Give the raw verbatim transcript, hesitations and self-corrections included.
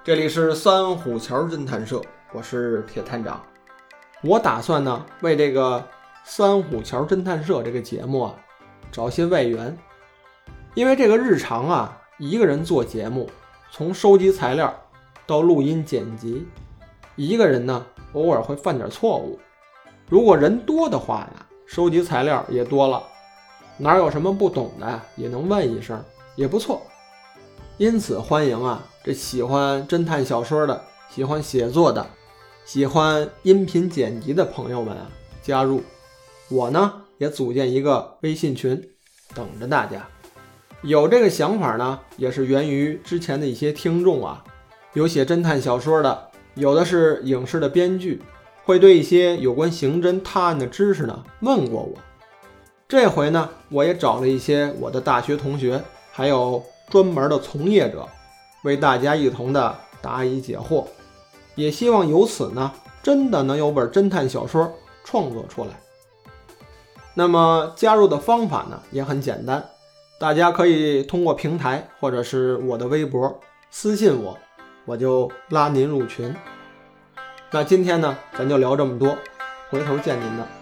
这里是三虎桥侦探社，我是铁探长。我打算呢为这个三虎桥侦探社这个节目啊找些外援，因为这个日常啊一个人做节目，从收集材料到录音剪辑，一个人呢偶尔会犯点错误。如果人多的话呀，收集材料也多了，哪有什么不懂的也能问一声，也不错。因此欢迎啊这喜欢侦探小说的，喜欢写作的，喜欢音频剪辑的朋友们啊加入。我呢也组建一个微信群等着大家。有这个想法呢也是源于之前的一些听众啊，有写侦探小说的，有的是影视的编剧，会对一些有关刑侦探案的知识呢问过我。这回呢我也找了一些我的大学同学，还有专门的从业者，为大家一同的答疑解惑，也希望由此呢真的能有本侦探小说创作出来。那么加入的方法呢也很简单，大家可以通过平台或者是我的微博私信我，我就拉您入群。那今天呢咱就聊这么多，回头见您的。